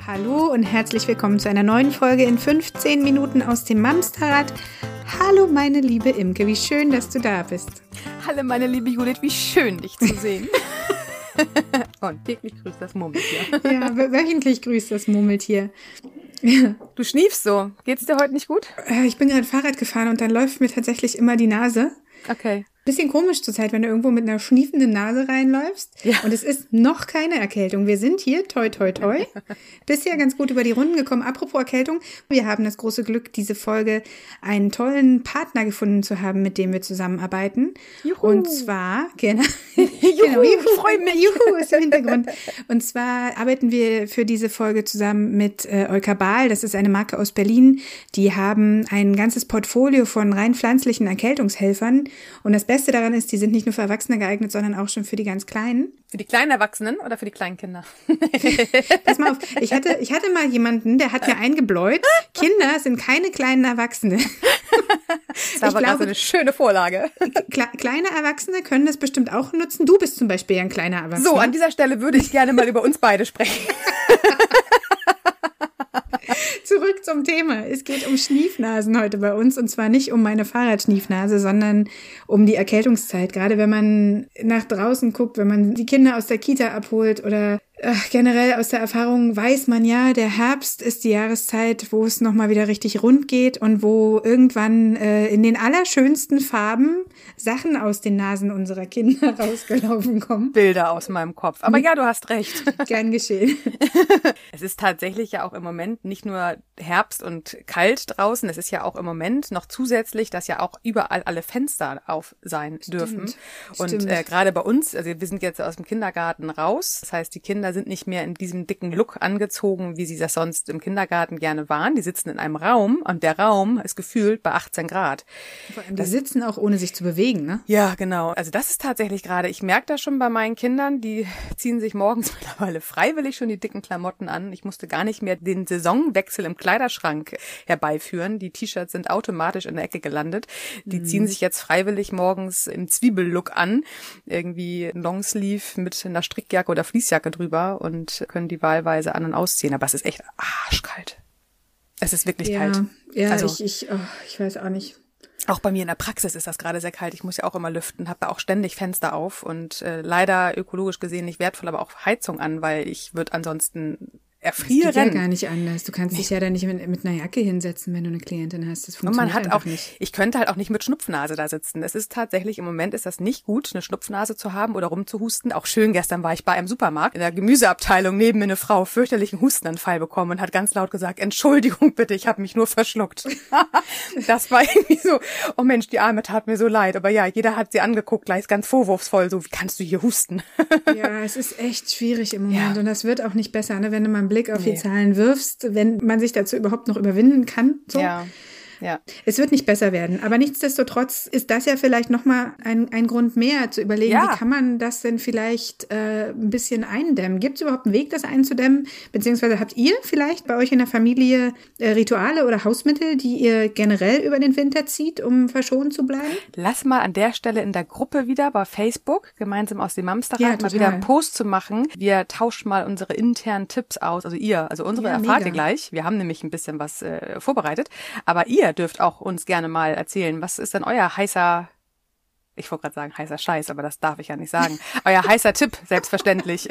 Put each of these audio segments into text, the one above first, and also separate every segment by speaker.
Speaker 1: Hallo und herzlich willkommen zu einer neuen Folge in 15 Minuten aus dem Mamsterrad. Hallo meine liebe Imke, wie schön, dass du da bist.
Speaker 2: Hallo meine liebe Judith, wie schön dich zu sehen. Und täglich grüßt das Murmeltier.
Speaker 1: Ja, wöchentlich grüßt das Murmeltier.
Speaker 2: Du schniefst so. Geht's dir heute nicht gut?
Speaker 1: Ich bin gerade Fahrrad gefahren und dann läuft mir tatsächlich immer die Nase.
Speaker 2: Okay.
Speaker 1: Bisschen komisch zurzeit, wenn du irgendwo mit einer schniefenden Nase reinläufst.
Speaker 2: Ja.
Speaker 1: Und es ist noch keine Erkältung. Wir sind hier, toi, toi, toi, bisher ganz gut über die Runden gekommen. Apropos Erkältung, wir haben das große Glück, diese Folge einen tollen Partner gefunden zu haben, mit dem wir zusammenarbeiten.
Speaker 2: Juhu.
Speaker 1: Und zwar, genau,
Speaker 2: Juhu, freue mich.
Speaker 1: Juhu ist im Hintergrund. Und zwar arbeiten wir für diese Folge zusammen mit Eukabal. Das ist eine Marke aus Berlin. Die haben ein ganzes Portfolio von rein pflanzlichen Erkältungshelfern. Und das Beste daran ist, die sind nicht nur für Erwachsene geeignet, sondern auch schon für die ganz Kleinen.
Speaker 2: Für die kleinen Erwachsenen oder für die kleinen Kinder?
Speaker 1: Pass mal auf, ich hatte mal jemanden, der hat mir eingebläut, Kinder sind keine kleinen Erwachsene.
Speaker 2: Das war gerade eine schöne Vorlage.
Speaker 1: Kleine Erwachsene können das bestimmt auch nutzen. Du bist zum Beispiel ein kleiner Erwachsener.
Speaker 2: So, an dieser Stelle würde ich gerne mal über uns beide sprechen.
Speaker 1: Zurück zum Thema. Es geht um Schniefnasen heute bei uns und zwar nicht um meine Fahrradschniefnase, sondern um die Erkältungszeit. Gerade wenn man nach draußen guckt, wenn man die Kinder aus der Kita abholt oder generell aus der Erfahrung weiß man ja, der Herbst ist die Jahreszeit, wo es nochmal wieder richtig rund geht und wo irgendwann in den allerschönsten Farben Sachen aus den Nasen unserer Kinder rausgelaufen kommen.
Speaker 2: Bilder aus meinem Kopf. Aber ja, du hast recht.
Speaker 1: Gern geschehen.
Speaker 2: Es ist tatsächlich ja auch im Moment nicht nur Herbst und kalt draußen, es ist ja auch im Moment noch zusätzlich, dass ja auch überall alle Fenster auf sein dürfen. Und gerade bei uns, also wir sind jetzt aus dem Kindergarten raus, das heißt, die Kinder sind nicht mehr in diesem dicken Look angezogen, wie sie das sonst im Kindergarten gerne waren. Die sitzen in einem Raum und der Raum ist gefühlt bei 18 Grad.
Speaker 1: Vor allem, die sitzen auch ohne sich zu bewegen, ne?
Speaker 2: Ja, genau. Also das ist tatsächlich gerade, ich merke das schon bei meinen Kindern, die ziehen sich morgens mittlerweile freiwillig schon die dicken Klamotten an. Ich musste gar nicht mehr den Saisonwechsel im Kleiderschrank herbeiführen. Die T-Shirts sind automatisch in der Ecke gelandet. Die ziehen sich jetzt freiwillig morgens im Zwiebellook an. Irgendwie Longsleeve mit einer Strickjacke oder Fließjacke drüber und können die wahlweise an- und ausziehen. Aber es ist echt arschkalt. Es ist wirklich kalt.
Speaker 1: Ja,
Speaker 2: also,
Speaker 1: ich weiß auch nicht.
Speaker 2: Auch bei mir in der Praxis ist das gerade sehr kalt. Ich muss ja auch immer lüften, habe da auch ständig Fenster auf und leider ökologisch gesehen nicht wertvoll, aber auch Heizung an, weil ich würde ansonsten erfrieren.
Speaker 1: Das geht ja gar nicht anders. Du kannst dich ja da nicht mit einer Jacke hinsetzen, wenn du eine Klientin hast. Das funktioniert
Speaker 2: und man hat auch
Speaker 1: nicht.
Speaker 2: Ich könnte halt auch nicht mit Schnupfnase da sitzen. Es ist tatsächlich, im Moment ist das nicht gut, eine Schnupfnase zu haben oder rumzuhusten. Auch schön, gestern war ich bei einem Supermarkt in der Gemüseabteilung, neben mir eine Frau fürchterlichen Hustenanfall bekommen und hat ganz laut gesagt, Entschuldigung bitte, ich habe mich nur verschluckt. Das war irgendwie so, oh Mensch, die Arme tat mir so leid. Aber ja, jeder hat sie angeguckt, gleich ganz vorwurfsvoll, so, wie kannst du hier husten?
Speaker 1: Ja, es ist echt schwierig im Moment und das wird auch nicht besser, ne, wenn du mal einen Blick auf die Zahlen wirfst, wenn man sich dazu überhaupt noch überwinden kann. So.
Speaker 2: Ja.
Speaker 1: Es wird nicht besser werden, aber nichtsdestotrotz ist das ja vielleicht nochmal ein Grund mehr zu überlegen, wie kann man das denn vielleicht ein bisschen eindämmen? Gibt es überhaupt einen Weg, das einzudämmen? Beziehungsweise habt ihr vielleicht bei euch in der Familie Rituale oder Hausmittel, die ihr generell über den Winter zieht, um verschont zu bleiben?
Speaker 2: Lass mal an der Stelle in der Gruppe wieder bei Facebook, gemeinsam aus dem Mamsterrad, mal wieder einen Post zu machen. Wir tauschen mal unsere internen Tipps aus, also unsere erfahrt ihr gleich. Wir haben nämlich ein bisschen was vorbereitet, aber ihr dürft auch uns gerne mal erzählen, was ist denn euer heißer, ich wollte gerade sagen heißer Scheiß, aber das darf ich ja nicht sagen, euer heißer Tipp, selbstverständlich,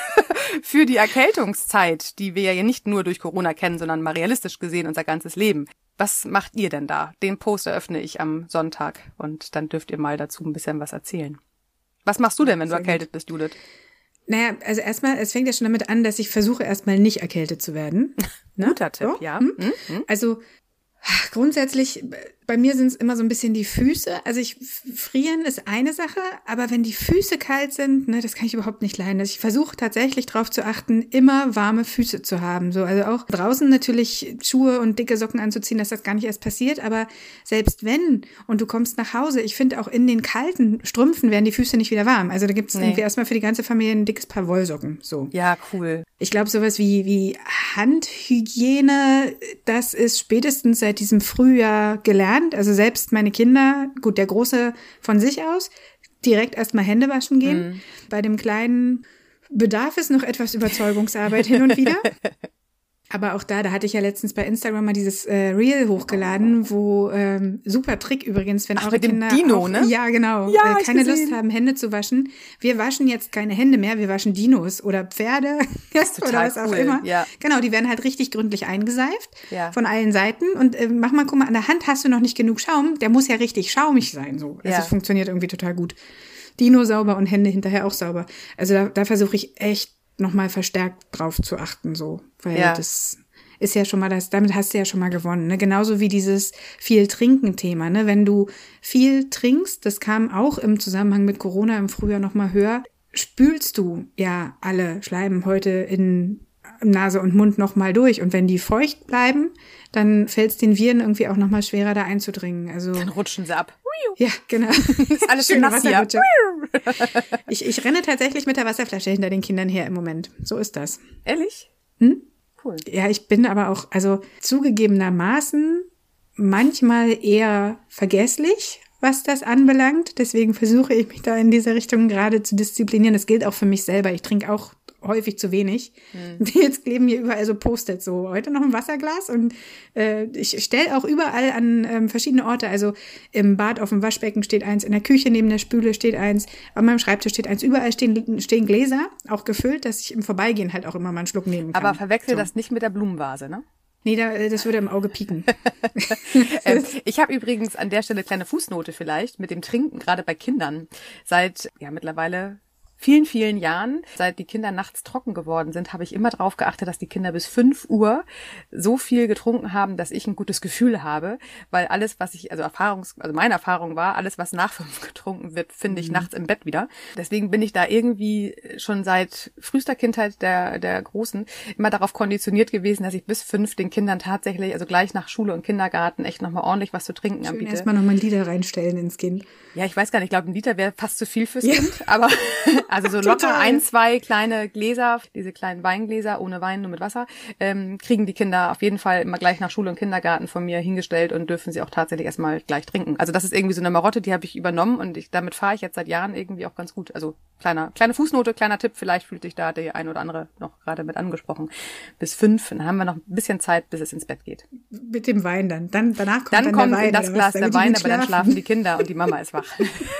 Speaker 2: für die Erkältungszeit, die wir ja nicht nur durch Corona kennen, sondern mal realistisch gesehen unser ganzes Leben. Was macht ihr denn da? Den Post eröffne ich am Sonntag und dann dürft ihr mal dazu ein bisschen was erzählen. Was machst du denn, wenn du erkältet bist, Judith?
Speaker 1: Naja, also erstmal, es fängt ja schon damit an, dass ich versuche erstmal nicht erkältet zu werden. Ne?
Speaker 2: Guter Tipp,
Speaker 1: so?
Speaker 2: ja.
Speaker 1: Also grundsätzlich, bei mir sind es immer so ein bisschen die Füße. Also frieren ist eine Sache, aber wenn die Füße kalt sind, ne, das kann ich überhaupt nicht leiden. Also ich versuche tatsächlich darauf zu achten, immer warme Füße zu haben. So, also auch draußen natürlich Schuhe und dicke Socken anzuziehen, dass das gar nicht erst passiert. Aber selbst wenn und du kommst nach Hause, ich finde auch in den kalten Strümpfen werden die Füße nicht wieder warm. Also da gibt es irgendwie erstmal für die ganze Familie ein dickes Paar Wollsocken. So.
Speaker 2: Ja, cool.
Speaker 1: Ich glaube, sowas wie Handhygiene, das ist spätestens seit diesem Frühjahr gelernt. Also selbst meine Kinder, gut, der Große von sich aus, direkt erstmal Hände waschen gehen. Bei dem Kleinen bedarf es noch etwas Überzeugungsarbeit hin und wieder. Aber auch da hatte ich ja letztens bei Instagram mal dieses Reel hochgeladen, wo super Trick übrigens, wenn eure Kinder
Speaker 2: Dino, ne?
Speaker 1: Ja, genau,
Speaker 2: ja,
Speaker 1: keine Lust haben, Hände zu waschen. Wir waschen jetzt keine Hände mehr, wir waschen Dinos oder Pferde oder was auch immer. Ja. Genau, die werden halt richtig gründlich eingeseift von allen Seiten. Und guck mal, an der Hand hast du noch nicht genug Schaum, der muss ja richtig schaumig sein. So. Also es funktioniert irgendwie total gut. Dino sauber und Hände hinterher auch sauber. Also da versuche ich echt nochmal verstärkt drauf zu achten, so. Weil das ist ja schon mal damit hast du ja schon mal gewonnen, ne? Genauso wie dieses viel Trinken-Thema, ne? Wenn du viel trinkst, das kam auch im Zusammenhang mit Corona im Frühjahr nochmal höher, spülst du ja alle Schleimhäute in Nase und Mund nochmal durch. Und wenn die feucht bleiben, dann fällt es den Viren irgendwie auch nochmal schwerer, da einzudringen. Also
Speaker 2: dann rutschen sie ab.
Speaker 1: Ja, genau.
Speaker 2: Ist alles schön nass hier.
Speaker 1: Ich renne tatsächlich mit der Wasserflasche hinter den Kindern her im Moment. So ist das.
Speaker 2: Ehrlich?
Speaker 1: Cool. Ja, ich bin aber auch, also zugegebenermaßen manchmal eher vergesslich, was das anbelangt. Deswegen versuche ich mich da in diese Richtung gerade zu disziplinieren. Das gilt auch für mich selber. Ich trinke auch häufig zu wenig. Jetzt kleben hier überall so Post-its, so heute noch ein Wasserglas und ich stelle auch überall an verschiedene Orte, also im Bad auf dem Waschbecken steht eins, in der Küche neben der Spüle steht eins, an meinem Schreibtisch steht eins, überall stehen Gläser, auch gefüllt, dass ich im Vorbeigehen halt auch immer mal einen Schluck nehmen kann.
Speaker 2: Aber verwechsel das nicht mit der Blumenvase, ne?
Speaker 1: Nee, das würde im Auge pieken.
Speaker 2: Ich habe übrigens an der Stelle eine kleine Fußnote vielleicht mit dem Trinken, gerade bei Kindern. Seit mittlerweile vielen, vielen Jahren, seit die Kinder nachts trocken geworden sind, habe ich immer darauf geachtet, dass die Kinder bis 5 Uhr so viel getrunken haben, dass ich ein gutes Gefühl habe, weil alles, was ich, also meine Erfahrung war, alles, was nach 5 getrunken wird, finde ich nachts im Bett wieder. Deswegen bin ich da irgendwie schon seit frühester Kindheit der Großen immer darauf konditioniert gewesen, dass ich bis 5 den Kindern tatsächlich, also gleich nach Schule und Kindergarten, echt nochmal ordentlich was zu trinken anbiete.
Speaker 1: Erstmal nochmal ein Liter reinstellen ins Kind.
Speaker 2: Ja, ich weiß gar nicht, ich glaube, ein Liter wäre fast zu viel fürs Kind, aber also so locker 1, 2 kleine Gläser, diese kleinen Weingläser, ohne Wein, nur mit Wasser, kriegen die Kinder auf jeden Fall immer gleich nach Schule und Kindergarten von mir hingestellt und dürfen sie auch tatsächlich erstmal gleich trinken. Also das ist irgendwie so eine Marotte, die habe ich übernommen und damit fahre ich jetzt seit Jahren irgendwie auch ganz gut. Also kleine Fußnote, kleiner Tipp, vielleicht fühlt sich da der ein oder andere noch gerade mit angesprochen. Bis 5, dann haben wir noch ein bisschen Zeit, bis es ins Bett geht.
Speaker 1: Mit dem Wein dann. Danach kommt
Speaker 2: dann kommt der Wein, das Glas der Wein, aber dann schlafen die Kinder und die Mama ist wach.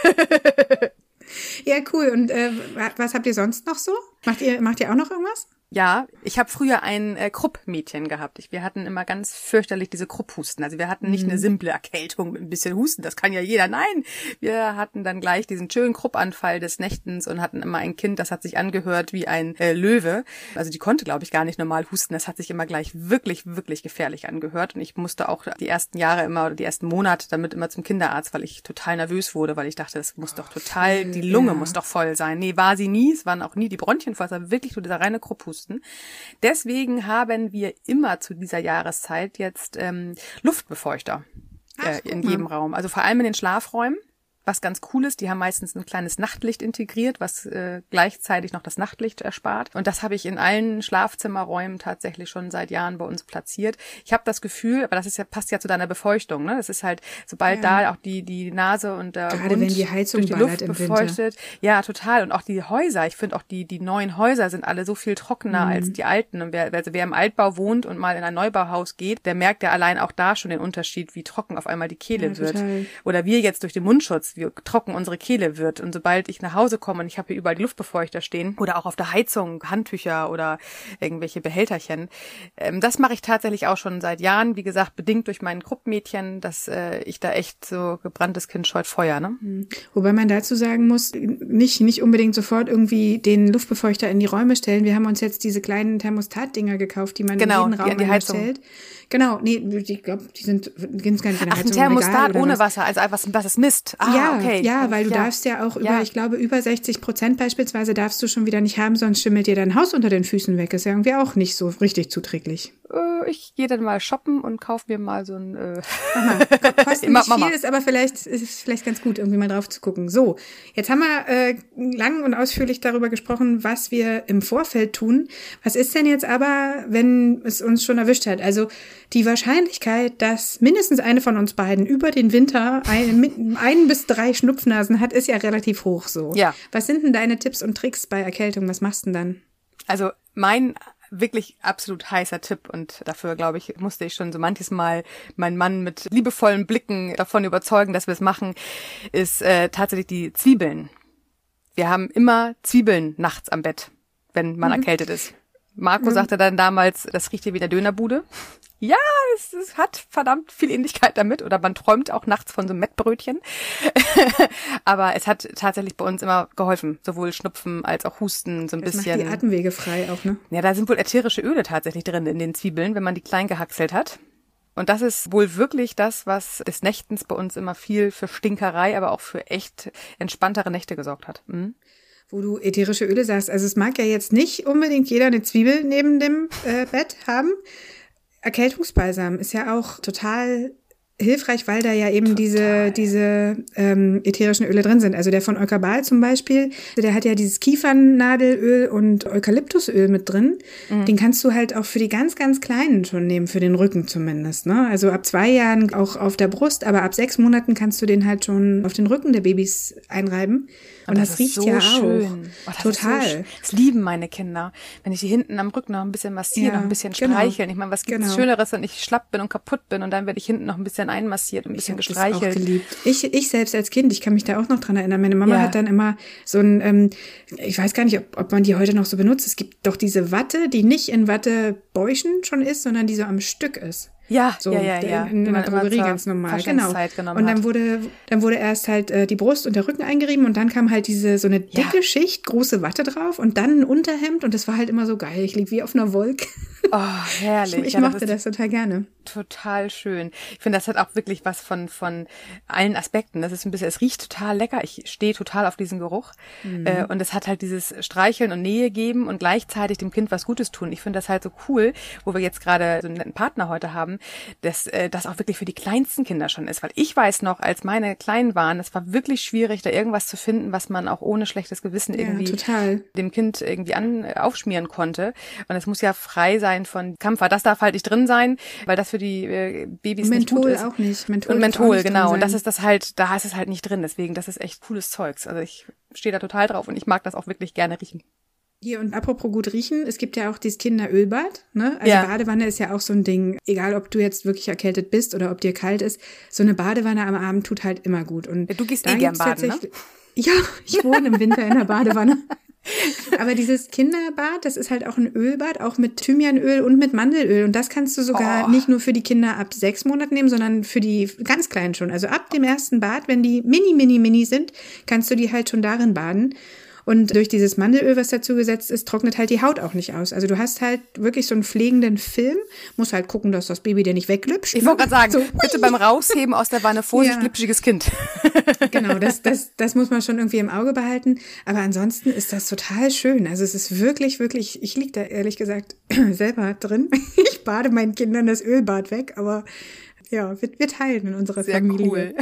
Speaker 1: Ja, cool. Und was habt ihr sonst noch so? Macht ihr auch noch irgendwas?
Speaker 2: Ja, ich habe früher ein Krupp-Mädchen gehabt. Wir hatten immer ganz fürchterlich diese Krupp-Husten. Also wir hatten nicht eine simple Erkältung mit ein bisschen Husten, das kann ja jeder. Nein, wir hatten dann gleich diesen schönen Krupp-Anfall des Nächtens und hatten immer ein Kind, das hat sich angehört wie ein Löwe. Also die konnte, glaube ich, gar nicht normal husten. Das hat sich immer gleich wirklich, wirklich gefährlich angehört. Und ich musste auch die ersten Jahre immer oder die ersten Monate damit immer zum Kinderarzt, weil ich total nervös wurde, weil ich dachte, das muss doch total, die Lunge muss doch voll sein. Nee, war sie nie. Es waren auch nie die Bronchien voll. Es war wirklich nur dieser reine Krupp-Husten. Deswegen haben wir immer zu dieser Jahreszeit jetzt Luftbefeuchter in jedem Raum. Also vor allem in den Schlafräumen. Was ganz cool ist, die haben meistens ein kleines Nachtlicht integriert, was gleichzeitig noch das Nachtlicht erspart. Und das habe ich in allen Schlafzimmerräumen tatsächlich schon seit Jahren bei uns platziert. Ich habe das Gefühl, aber das ist passt ja zu deiner Befeuchtung, ne? Das ist halt, sobald da auch die Nase und der
Speaker 1: Gerade
Speaker 2: Mund
Speaker 1: wenn die Heizung
Speaker 2: durch die Luft befeuchtet. Ja, total. Und auch die Häuser, ich finde auch die neuen Häuser sind alle so viel trockener als die alten. Und wer im Altbau wohnt und mal in ein Neubauhaus geht, der merkt ja allein auch da schon den Unterschied, wie trocken auf einmal die Kehle wird.
Speaker 1: Total.
Speaker 2: Oder wir jetzt durch den Mundschutz, wie trocken unsere Kehle wird. Und sobald ich nach Hause komme und ich habe hier überall die Luftbefeuchter stehen oder auch auf der Heizung Handtücher oder irgendwelche Behälterchen, das mache ich tatsächlich auch schon seit Jahren. Wie gesagt, bedingt durch mein Krupp-Mädchen, dass ich da echt so gebranntes Kind scheut Feuer. Ne?
Speaker 1: Wobei man dazu sagen muss, nicht unbedingt sofort irgendwie den Luftbefeuchter in die Räume stellen. Wir haben uns jetzt diese kleinen Thermostat-Dinger gekauft, die man in jeden Raum einstellt. Genau, nee, ich glaube, die sind gar nicht in der Heizung.
Speaker 2: Ein Thermostat ohne Wasser, also was es misst.
Speaker 1: Ja, okay. Ja, weil du darfst ja auch ich glaube, über 60% beispielsweise darfst du schon wieder nicht haben, sonst schimmelt dir dein Haus unter den Füßen weg. Ist ja irgendwie auch nicht so richtig zuträglich.
Speaker 2: Ich gehe dann mal shoppen und kaufe mir mal so ein
Speaker 1: kostet nicht viel, ist aber vielleicht ganz gut, irgendwie mal drauf zu gucken. So, jetzt haben wir lang und ausführlich darüber gesprochen, was wir im Vorfeld tun. Was ist denn jetzt aber, wenn es uns schon erwischt hat? Also die Wahrscheinlichkeit, dass mindestens eine von uns beiden über den Winter 1 bis 3 Schnupfnasen hat, ist ja relativ hoch so.
Speaker 2: Ja.
Speaker 1: Was sind denn deine Tipps und Tricks bei Erkältung? Was machst du denn dann?
Speaker 2: Also mein wirklich absolut heißer Tipp und dafür, glaube ich, musste ich schon so manches Mal meinen Mann mit liebevollen Blicken davon überzeugen, dass wir es machen, ist tatsächlich die Zwiebeln. Wir haben immer Zwiebeln nachts am Bett, wenn man erkältet ist. Marco sagte dann damals, das riecht hier wie in der Dönerbude. Ja, es hat verdammt viel Ähnlichkeit damit. Oder man träumt auch nachts von so einem Mettbrötchen. Aber es hat tatsächlich bei uns immer geholfen. Sowohl Schnupfen als auch Husten, so ein bisschen.
Speaker 1: Das macht die Atemwege frei auch, ne?
Speaker 2: Ja, da sind wohl ätherische Öle tatsächlich drin in den Zwiebeln, wenn man die klein gehackselt hat. Und das ist wohl wirklich das, was des Nächtens bei uns immer viel für Stinkerei, aber auch für echt entspanntere Nächte gesorgt hat. Mhm.
Speaker 1: Wo du ätherische Öle sagst, also es mag ja jetzt nicht unbedingt jeder eine Zwiebel neben dem Bett haben. Erkältungsbalsam ist ja auch total hilfreich, weil da ja eben diese ätherischen Öle drin sind. Also der von Eukerbal zum Beispiel, der hat ja dieses Kiefernadelöl und Eukalyptusöl mit drin. Mhm. Den kannst du halt auch für die ganz, ganz Kleinen schon nehmen, für den Rücken zumindest, ne? Also ab 2 Jahren auch auf der Brust, aber ab 6 Monaten kannst du den halt schon auf den Rücken der Babys einreiben. Und das riecht so ja schön.
Speaker 2: Auch. Oh, total. Das lieben meine Kinder. Wenn ich die hinten am Rücken noch ein bisschen massiere, noch ein bisschen streicheln. Ich meine, was gibt's Schöneres, wenn ich schlapp bin und kaputt bin und dann werde ich hinten noch ein bisschen einmassiert, ein bisschen gestreichelt.
Speaker 1: Das auch geliebt. Ich selbst als Kind, ich kann mich da auch noch dran erinnern. Meine Mama hat dann immer so ein, ich weiß gar nicht, ob man die heute noch so benutzt. Es gibt doch diese Watte, die nicht in Wattebäuchen schon ist, sondern die so am Stück ist.
Speaker 2: Ja,
Speaker 1: so,
Speaker 2: ja.
Speaker 1: In der Drogerie ganz normal, genau. Und dann wurde erst halt die Brust und der Rücken eingerieben und dann kam halt so eine dicke Schicht, große Watte drauf und dann ein Unterhemd und das war halt immer so geil. Ich lieg wie auf einer Wolke.
Speaker 2: Oh, herrlich.
Speaker 1: Ich mochte das total gerne.
Speaker 2: Total schön. Ich finde, das hat auch wirklich was von allen Aspekten. Das ist ein bisschen, es riecht total lecker. Ich stehe total auf diesen Geruch. Und es hat halt dieses Streicheln und Nähe geben und gleichzeitig dem Kind was Gutes tun. Ich finde das halt so cool, wo wir jetzt gerade so einen netten Partner heute haben, dass das auch wirklich für die kleinsten Kinder schon ist. Weil ich weiß noch, als meine Kleinen waren, es war wirklich schwierig, da irgendwas zu finden, was man auch ohne schlechtes Gewissen irgendwie dem Kind irgendwie aufschmieren konnte. Und es muss ja frei sein von Kampfer. Das darf halt nicht drin sein, weil das für die Babys nicht gut ist.
Speaker 1: Auch nicht.
Speaker 2: Menthol, genau. Und das ist das halt, da ist es halt nicht drin. Deswegen, das ist echt cooles Zeugs. Also ich stehe da total drauf und ich mag das auch wirklich gerne riechen.
Speaker 1: Hier, und apropos gut riechen, es gibt ja auch dieses Kinderölbad, ne? Also Badewanne ist ja auch so ein Ding, egal ob du jetzt wirklich erkältet bist oder ob dir kalt ist, so eine Badewanne am Abend tut halt immer gut. Und
Speaker 2: du gehst gern baden, ne?
Speaker 1: Ja, ich wohne im Winter in der Badewanne. Aber dieses Kinderbad, das ist halt auch ein Ölbad, auch mit Thymianöl und mit Mandelöl. Und das kannst du sogar nicht nur für die Kinder ab 6 Monaten nehmen, sondern für die ganz Kleinen schon. Also ab dem ersten Bad, wenn die mini sind, kannst du die halt schon darin baden. Und durch dieses Mandelöl, was dazu gesetzt ist, trocknet halt die Haut auch nicht aus. Also du hast halt wirklich so einen pflegenden Film. Musst halt gucken, dass das Baby dir nicht wegglitscht.
Speaker 2: Ich wollte gerade sagen, so, bitte beim Rausheben aus der Wanne, Vorsicht, glitschiges Kind.
Speaker 1: Genau, das muss man schon irgendwie im Auge behalten. Aber ansonsten ist das total schön. Also es ist wirklich, ich liege da ehrlich gesagt selber drin. Ich bade meinen Kindern das Ölbad weg, aber ja, wir teilen in unserer Familie.
Speaker 2: Cool.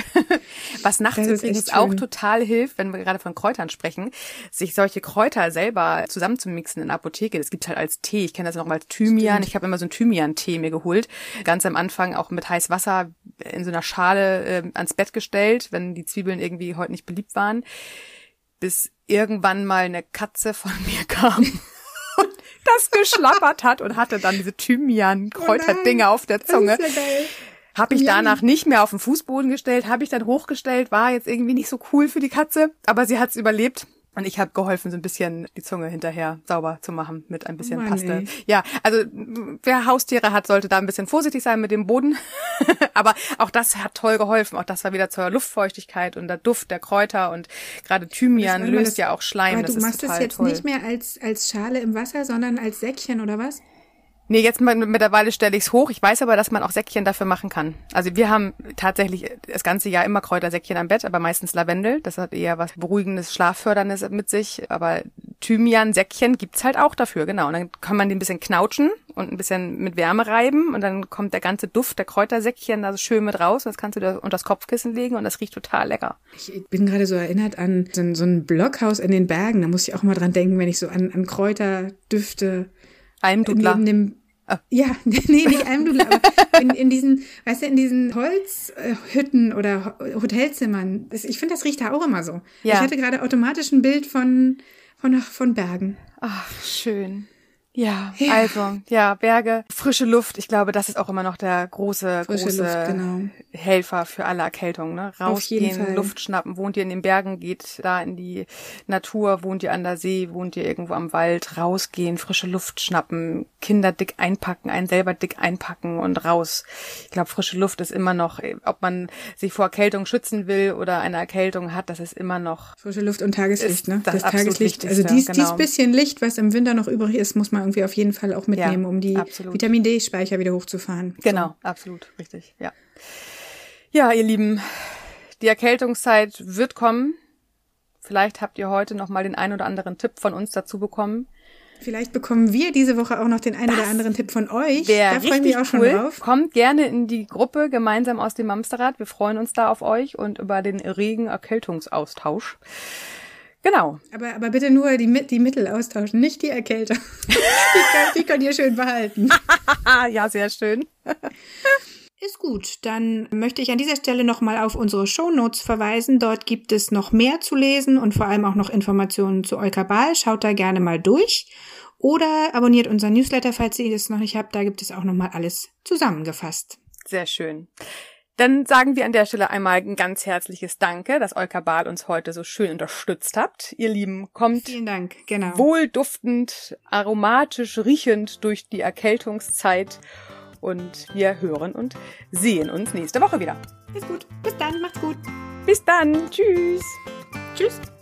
Speaker 2: Was nachts übrigens auch total hilft, wenn wir gerade von Kräutern sprechen, sich solche Kräuter selber zusammenzumixen in der Apotheke. Das gibt's halt als Tee. Ich kenne das noch mal als Thymian. Stimmt. Ich habe immer so einen Thymian-Tee mir geholt. Ganz am Anfang auch mit heißem Wasser in so einer Schale ans Bett gestellt, wenn die Zwiebeln irgendwie heute nicht beliebt waren. Bis irgendwann mal eine Katze von mir kam und das geschlappert hat und hatte dann diese Thymian-Kräuterdinger auf der Zunge.
Speaker 1: Das ist ja geil.
Speaker 2: Habe ich danach nicht mehr auf den Fußboden gestellt, habe ich dann hochgestellt, war jetzt irgendwie nicht so cool für die Katze, aber sie hat's überlebt. Und ich habe geholfen, so ein bisschen die Zunge hinterher sauber zu machen mit ein bisschen Paste. Ja, also wer Haustiere hat, sollte da ein bisschen vorsichtig sein mit dem Boden. Aber auch das hat toll geholfen. Auch das war wieder zur Luftfeuchtigkeit und der Duft der Kräuter und gerade Thymian löst ja auch Schleim.
Speaker 1: Aber du machst es jetzt nicht mehr als Schale im Wasser, sondern als Säckchen oder was?
Speaker 2: Nee, jetzt mittlerweile stelle ich es hoch. Ich weiß aber, dass man auch Säckchen dafür machen kann. Also wir haben tatsächlich das ganze Jahr immer Kräutersäckchen am Bett, aber meistens Lavendel. Das hat eher was Beruhigendes, Schlafförderndes mit sich. Aber Thymian-Säckchen gibt's halt auch dafür, genau. Und dann kann man den ein bisschen knautschen und ein bisschen mit Wärme reiben. Und dann kommt der ganze Duft der Kräutersäckchen da so schön mit raus. Und das kannst du da unter das Kopfkissen legen und das riecht total lecker.
Speaker 1: Ich bin gerade so erinnert an so ein Blockhaus in den Bergen. Da muss ich auch mal dran denken, wenn ich so an Kräuterdüfte
Speaker 2: Almdudler.
Speaker 1: Ja, nee, nicht Almdudler, aber in diesen, weißt du, in diesen Holzhütten oder Hotelzimmern. Ich finde, das riecht da auch immer so. Ja. Ich hatte gerade automatisch ein Bild von Bergen.
Speaker 2: Ach, schön. Ja, also, Berge, frische Luft. Ich glaube, das ist auch immer noch der große Luft, genau. Helfer für alle Erkältungen. Ne? Rausgehen, Luft schnappen. Wohnt ihr in den Bergen, geht da in die Natur, wohnt ihr an der See, wohnt ihr irgendwo am Wald, rausgehen, frische Luft schnappen, Kinder dick einpacken, einen selber dick einpacken und raus. Ich glaube, frische Luft ist immer noch, ob man sich vor Erkältung schützen will oder eine Erkältung hat, das ist immer noch...
Speaker 1: Frische Luft und Tageslicht, ne?
Speaker 2: Das Tageslicht.
Speaker 1: Also dies bisschen Licht, was im Winter noch übrig ist, muss man irgendwie auf jeden Fall auch mitnehmen, um die Vitamin D-Speicher wieder hochzufahren.
Speaker 2: Genau, absolut, richtig, ja. Ja, ihr Lieben, die Erkältungszeit wird kommen. Vielleicht habt ihr heute noch mal den ein oder anderen Tipp von uns dazu bekommen.
Speaker 1: Vielleicht bekommen wir diese Woche auch noch den ein oder anderen Tipp von euch.
Speaker 2: Da freue ich mich auch schon drauf. Kommt gerne in die Gruppe gemeinsam aus dem Mamsterrad. Wir freuen uns da auf euch und über den regen Erkältungsaustausch. Genau.
Speaker 1: Aber bitte nur die Mittel austauschen, nicht die Erkältung. Die könnt ihr schön behalten.
Speaker 2: Ja, sehr schön.
Speaker 1: Ist gut. Dann möchte ich an dieser Stelle nochmal auf unsere Shownotes verweisen. Dort gibt es noch mehr zu lesen und vor allem auch noch Informationen zu Eukabal. Schaut da gerne mal durch. Oder abonniert unseren Newsletter, falls ihr das noch nicht habt. Da gibt es auch nochmal alles zusammengefasst.
Speaker 2: Sehr schön. Dann sagen wir an der Stelle einmal ein ganz herzliches Danke, dass Eukabal uns heute so schön unterstützt habt. Ihr Lieben, kommt
Speaker 1: vielen Dank, genau.
Speaker 2: Wohlduftend, aromatisch, riechend durch die Erkältungszeit und wir hören und sehen uns nächste Woche wieder.
Speaker 1: Ist gut. Bis dann, macht's gut.
Speaker 2: Bis dann. Tschüss.
Speaker 1: Tschüss.